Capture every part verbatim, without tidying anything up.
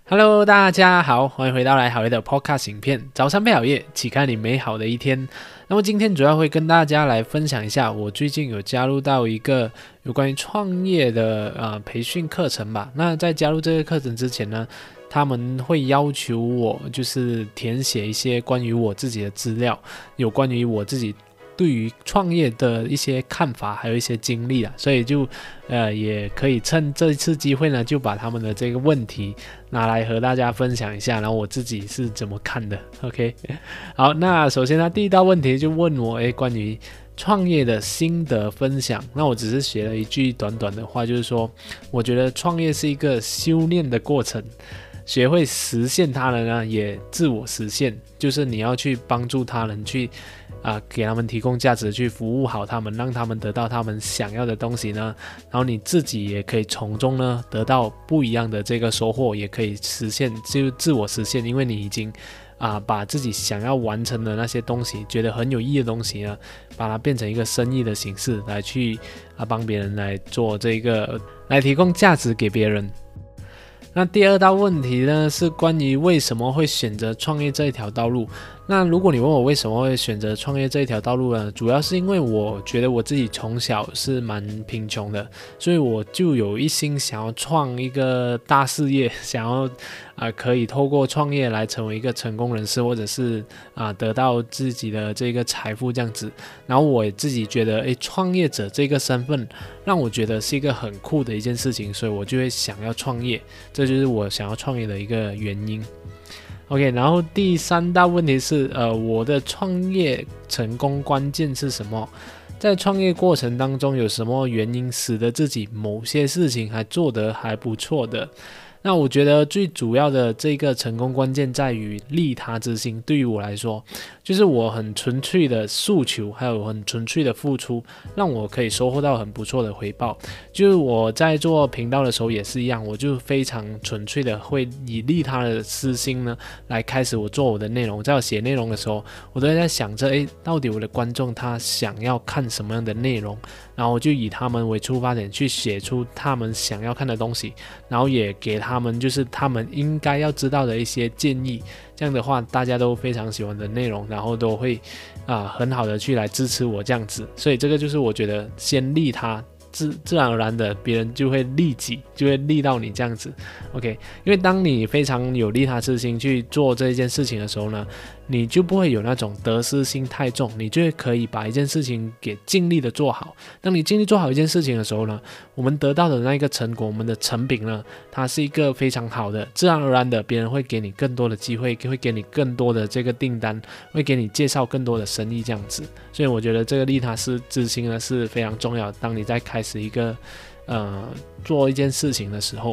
Hello， 大家好，欢迎回到来好业的 Podcast 影片。早上配好业，启开你美好的一天。那么今天主要会跟大家来分享一下，我最近有加入到一个有关于创业的呃培训课程吧。那在加入这个课程之前呢，他们会要求我就是填写一些关于我自己的资料，有关于我自己对于创业的一些看法，还有一些经历啦，所以就呃也可以趁这次机会呢，就把他们的这个问题拿来和大家分享一下，然后我自己是怎么看的。OK， 好，那首先呢，第一道问题就问我，诶，关于创业的心得分享。那我只是写了一句短短的话，就是说，我觉得创业是一个修炼的过程。学会实现他人呢，也自我实现，就是你要去帮助他人，去啊、呃、给他们提供价值，去服务好他们，让他们得到他们想要的东西呢。然后你自己也可以从中呢得到不一样的这个收获，也可以实现，就自我实现，因为你已经啊、呃、把自己想要完成的那些东西，觉得很有意义的东西呢，把它变成一个生意的形式来去啊帮别人来做这个，来提供价值给别人。那第二道问题呢，是关于为什么会选择创业这一条道路。那如果你问我为什么会选择创业这一条道路呢，主要是因为我觉得我自己从小是蛮贫穷的，所以我就有一心想要创一个大事业，想要啊、呃、可以透过创业来成为一个成功人士，或者是啊、呃、得到自己的这个财富这样子。然后我自己觉得，诶，创业者这个身份让我觉得是一个很酷的一件事情，所以我就会想要创业，这就是我想要创业的一个原因。OK， 然后第三大问题是，呃，我的创业成功关键是什么？在创业过程当中，有什么原因使得自己某些事情还做得还不错的？那我觉得最主要的这个成功关键在于利他之心。对于我来说，就是我很纯粹的诉求，还有很纯粹的付出，让我可以收获到很不错的回报。就是我在做频道的时候也是一样，我就非常纯粹的会以利他的私心呢来开始我做我的内容。在我写内容的时候，我都在想着，诶，到底我的观众他想要看什么样的内容，然后我就以他们为出发点去写出他们想要看的东西，然后也给他们就是他们应该要知道的一些建议。这样的话，大家都非常喜欢的内容，然后都会啊、呃、很好的去来支持我这样子。所以这个就是我觉得先利他。自自然而然的，别人就会利己，就会利到你这样子 ，OK。因为当你非常有利他之心去做这一件事情的时候呢，你就不会有那种得失心太重，你就会可以把一件事情给尽力的做好。当你尽力做好一件事情的时候呢，我们得到的那一个成果，我们的成品呢，它是一个非常好的，自然而然的，别人会给你更多的机会，会给你更多的这个订单，会给你介绍更多的生意这样子。所以我觉得这个利他是之心呢是非常重要的。当你在开始一个呃做一件事情的时候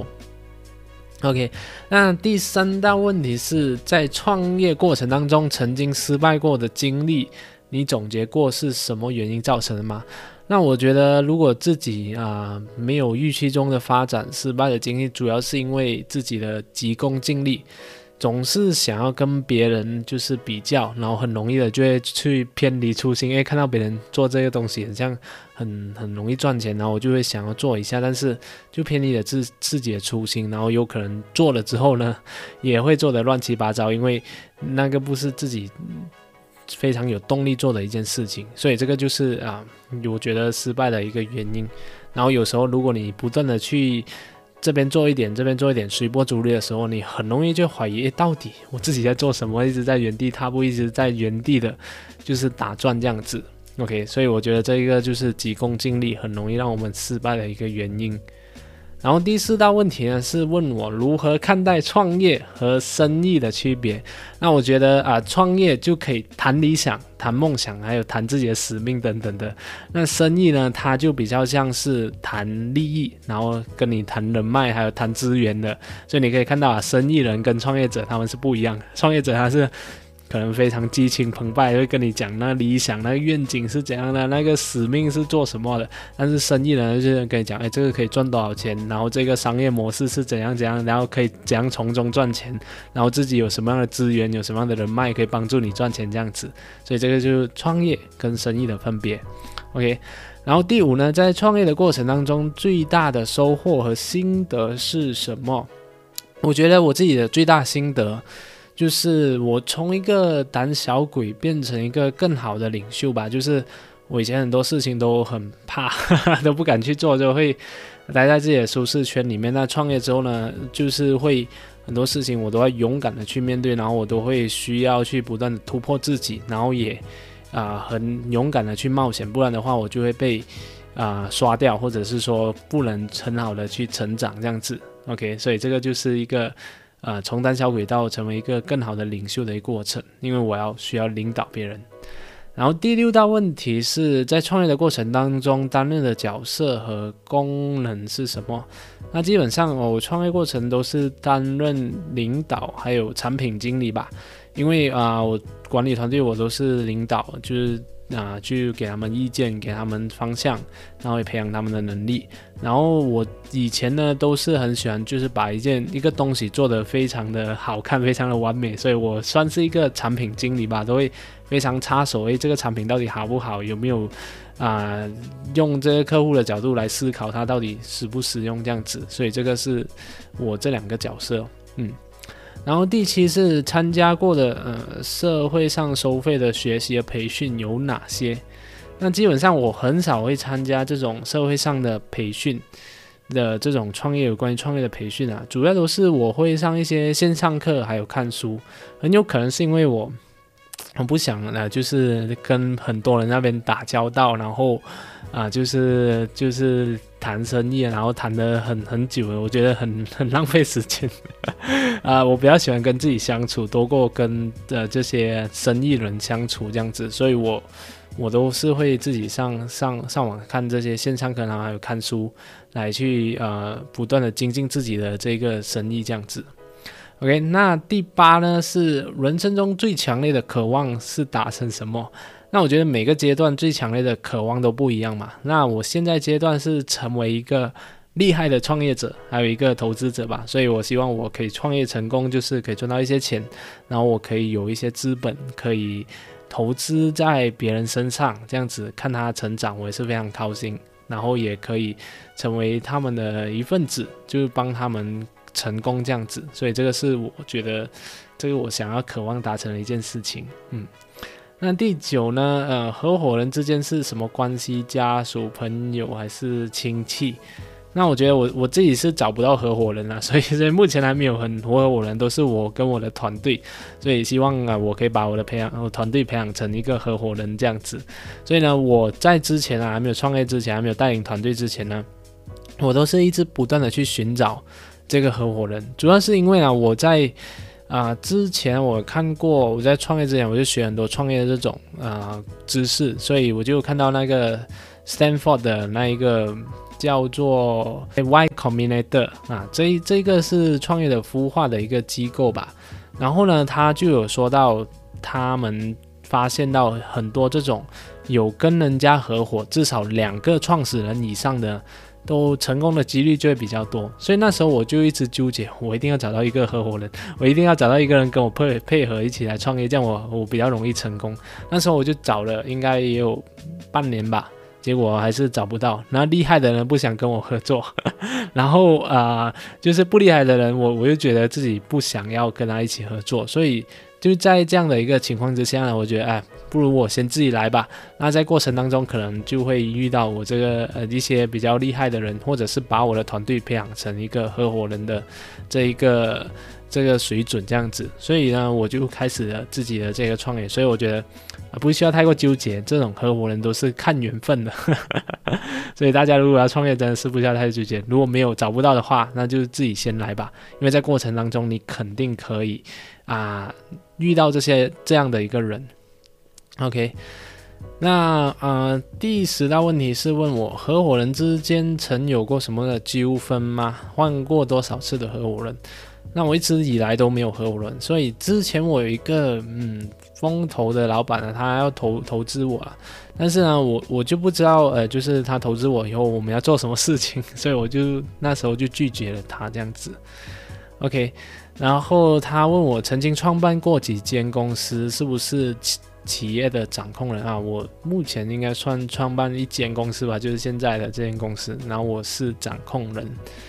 ，OK。那第三大问题是在创业过程当中曾经失败过的经历，你总结过是什么原因造成的吗？那我觉得，如果自己啊、呃、没有预期中的发展，失败的经历，主要是因为自己的急功近利。总是想要跟别人就是比较，然后很容易的就会去偏离初心，因为看到别人做这个东西很像很很容易赚钱，然后我就会想要做一下，但是就偏离了自自己的初心，然后有可能做了之后呢，也会做得乱七八糟，因为那个不是自己非常有动力做的一件事情，所以这个就是啊，我觉得失败的一个原因。然后有时候如果你不断的去这边做一点，这边做一点，随波逐流的时候，你很容易就怀疑，诶，到底我自己在做什么？一直在原地踏步，一直在原地的，就是打转这样子。OK， 所以我觉得这个就是急功近利，很容易让我们失败的一个原因。然后第四道问题呢，是问我如何看待创业和生意的区别。那我觉得啊、呃，创业就可以谈理想、谈梦想，还有谈自己的使命等等的。那生意呢，它就比较像是谈利益，然后跟你谈人脉，还有谈资源的。所以你可以看到啊，生意人跟创业者他们是不一样的。创业者他是可能非常激情澎湃，会跟你讲那理想、那个愿景是怎样的，那个使命是做什么的。但是生意人就是跟你讲，哎，这个可以赚多少钱，然后这个商业模式是怎样怎样，然后可以怎样从中赚钱，然后自己有什么样的资源，有什么样的人脉可以帮助你赚钱这样子。所以这个就是创业跟生意的分别。OK， 然后第五呢，在创业的过程当中，最大的收获和心得是什么？ 我觉得我自己的最大心得就是我从一个胆小鬼变成一个更好的领袖吧。就是我以前很多事情都很怕都不敢去做，就会待在自己的舒适圈里面。那创业之后呢，就是会很多事情我都要勇敢的去面对，然后我都会需要去不断的突破自己，然后也啊、呃、很勇敢的去冒险，不然的话我就会被啊、呃、刷掉，或者是说不能很好的去成长这样子。OK， 所以这个就是一个呃从胆小鬼到成为一个更好的领袖的一个过程，因为我要需要领导别人。然后第六道问题是在创业的过程当中担任的角色和功能是什么？那基本上我创业过程都是担任领导还有产品经理吧，因为啊、呃、我管理团队我都是领导，就是啊、呃，去给他们意见，给他们方向，然后也培养他们的能力。然后我以前呢都是很喜欢，就是把一件一个东西做得非常的好看，非常的完美，所以我算是一个产品经理吧，都会非常插手，诶，这个产品到底好不好，有没有啊、呃，用这个客户的角度来思考它到底实不实用这样子。所以这个是我这两个角色，嗯。然后第七是参加过的呃社会上收费的学习的培训有哪些？那基本上我很少会参加这种社会上的培训的这种创业有关于创业的培训啊，主要都是我会上一些线上课，还有看书。很有可能是因为我我不想呢，就是跟很多人那边打交道，然后啊、呃，就是就是谈生意，然后谈得很很久了，我觉得很很浪费时间啊、呃。我比较喜欢跟自己相处，多过跟呃这些生意人相处这样子，所以我我都是会自己上上上网看这些线上课，然后还有看书来去呃不断的精进自己的这个生意这样子。OK， 那第八呢是人生中最强烈的渴望是达成什么？那我觉得每个阶段最强烈的渴望都不一样嘛。那我现在阶段是成为一个厉害的创业者，还有一个投资者吧。所以我希望我可以创业成功，就是可以赚到一些钱，然后我可以有一些资本，可以投资在别人身上，这样子看他成长，我也是非常高兴。然后也可以成为他们的一份子，就是帮他们成功这样子，所以这个是我觉得这个我想要渴望达成的一件事情。嗯，那第九呢？呃，合伙人之间是什么关系？家属、朋友还是亲戚？那我觉得我我自己是找不到合伙人啦，所以所以目前还没有很多合伙人，都是我跟我的团队，所以希望啊、呃、我可以把我的培养我团队培养成一个合伙人这样子。所以呢，我在之前啊还没有创业之前，还没有带领团队之前呢，我都是一直不断的去寻找这个合伙人，主要是因为啊，我在啊、呃、之前我看过，我在创业之前我就学很多创业的这种啊、呃、知识，所以我就看到那个 Stanford 的那一个叫做 Y Combinator 啊，这这个是创业的孵化的一个机构吧。然后呢，他就有说到他们发现到很多这种有跟人家合伙，至少两个创始人以上的。都成功的几率就会比较多，所以那时候我就一直纠结，我一定要找到一个合伙人，我一定要找到一个人跟我配配合一起来创业，这样我我比较容易成功。那时候我就找了，应该也有半年吧，结果还是找不到。然后厉害的人不想跟我合作，然后啊、呃，就是不厉害的人，我我就觉得自己不想要跟他一起合作，所以就在这样的一个情况之下呢，我觉得哎，不如我先自己来吧。那在过程当中，可能就会遇到我这个呃一些比较厉害的人，或者是把我的团队培养成一个合伙人的这一个这个水准这样子。所以呢，我就开始了自己的这个创业。所以我觉得、呃、不需要太过纠结，这种合伙人都是看缘分的。所以大家如果要创业，真的是不需要太纠结。如果没有找不到的话，那就自己先来吧，因为在过程当中你肯定可以啊、呃、遇到这些这样的一个人。OK， 那呃第十道问题是问我合伙人之间曾有过什么的纠纷吗？换过多少次的合伙人？那我一直以来都没有合伙人，所以之前我有一个嗯风投的老板呢，他要投投资我啊，但是呢我我就不知道呃就是他投资我以后我们要做什么事情，所以我就那时候就拒绝了他这样子。OK， 然后他问我曾经创办过几间公司，是不是企业的掌控人啊？我目前应该算创办一间公司吧，就是现在的这间公司，然后我是掌控人。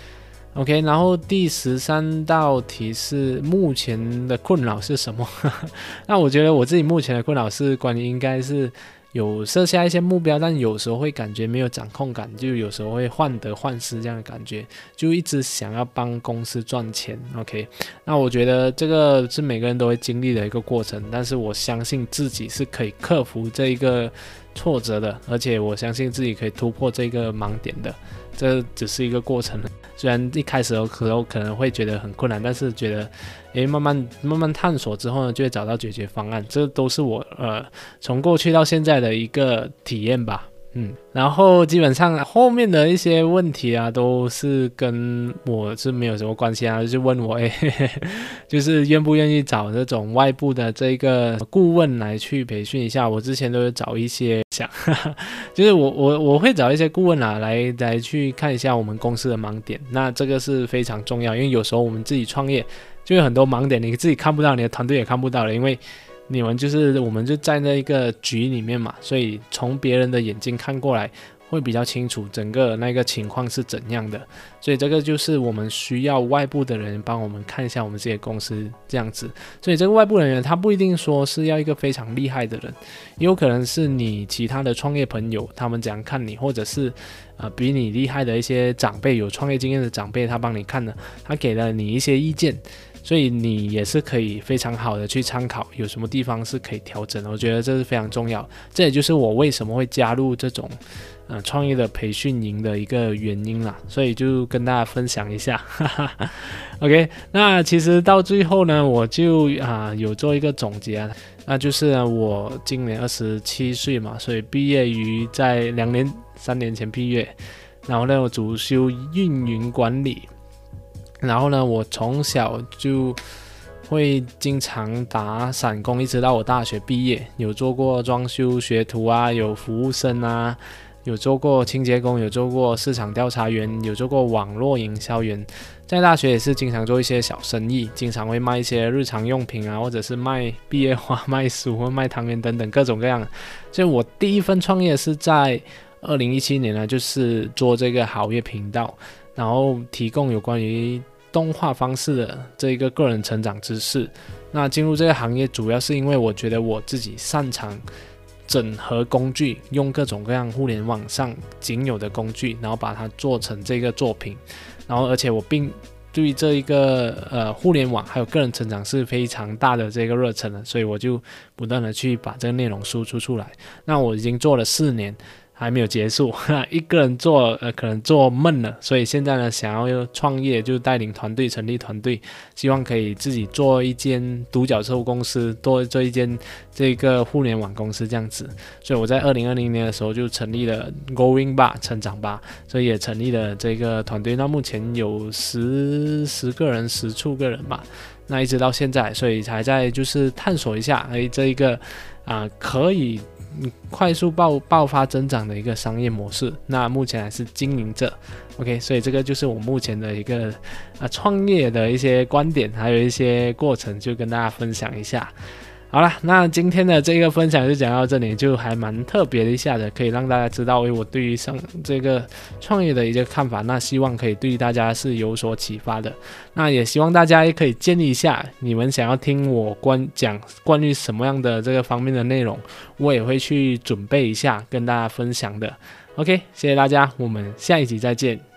OK， 然后第十三道题是目前的困扰是什么？那我觉得我自己目前的困扰是关于应该是有设下一些目标，但有时候会感觉没有掌控感，就有时候会患得患失这样的感觉，就一直想要帮公司赚钱。OK， 那我觉得这个是每个人都会经历的一个过程，但是我相信自己是可以克服这一个挫折的，而且我相信自己可以突破这个盲点的。这只是一个过程，虽然一开始的时候可能会觉得很困难，但是觉得，诶，慢慢慢慢探索之后呢，就会找到解决方案。这都是我呃从过去到现在的一个体验吧。嗯，然后基本上后面的一些问题啊，都是跟我是没有什么关系啊，就问我，哎，就是愿不愿意找这种外部的这个顾问来去培训一下。我之前都是找一些想，就是我我我会找一些顾问啊，来来去看一下我们公司的盲点。那这个是非常重要，因为有时候我们自己创业就有很多盲点，你自己看不到，你的团队也看不到了，因为你们就是我们就在那一个局里面嘛，所以从别人的眼睛看过来会比较清楚整个那个情况是怎样的，所以这个就是我们需要外部的人帮我们看一下我们这些公司这样子。所以这个外部人员他不一定说是要一个非常厉害的人，也有可能是你其他的创业朋友他们怎样看你，或者是呃比你厉害的一些长辈，有创业经验的长辈，他帮你看了，他给了你一些意见，所以你也是可以非常好的去参考，有什么地方是可以调整的，我觉得这是非常重要。这也就是我为什么会加入这种呃创业的培训营的一个原因啦，所以就跟大家分享一下。OK， 那其实到最后呢，我就啊、呃、有做一个总结啊，那就是呢我今年二十七岁嘛，所以毕业于在两年三年前毕业，然后呢我主修运营管理。然后呢，我从小就会经常打散工，一直到我大学毕业，有做过装修学徒啊，有服务生啊，有做过清洁工，有做过市场调查员，有做过网络营销员。在大学也是经常做一些小生意，经常会卖一些日常用品啊，或者是卖毕业花、卖书或卖汤圆等等各种各样的。所以我第一份创业是在二零一七年呢，就是做这个好业频道。然后提供有关于动画方式的这个个人成长知识。那进入这个行业主要是因为我觉得我自己擅长整合工具，用各种各样互联网上仅有的工具，然后把它做成这个作品。然后而且我并对这一个呃互联网还有个人成长是非常大的这个热忱的，所以我就不断的去把这个内容输出出来。那我已经做了四年。还没有结束，一个人做呃可能做闷了，所以现在呢想要创业，就带领团队成立团队，希望可以自己做一间独角兽公司，多做一间这个互联网公司这样子。所以我在二零二零年的时候就成立了 Going 吧成长吧，所以也成立了这个团队。那目前有十十个人十处个人吧，那一直到现在，所以才在就是探索一下，哎这一个啊、呃、可以。快速 爆, 爆发增长的一个商业模式，那目前还是经营着 OK， 所以这个就是我目前的一个啊创业的一些观点，还有一些过程，就跟大家分享一下。好啦，那今天的这个分享就讲到这里，就还蛮特别的一下的，可以让大家知道我对于上这个创业的一个看法，那希望可以对大家是有所启发的。那也希望大家也可以建议一下，你们想要听我关讲关于什么样的这个方面的内容，我也会去准备一下跟大家分享的。OK， 谢谢大家，我们下一集再见。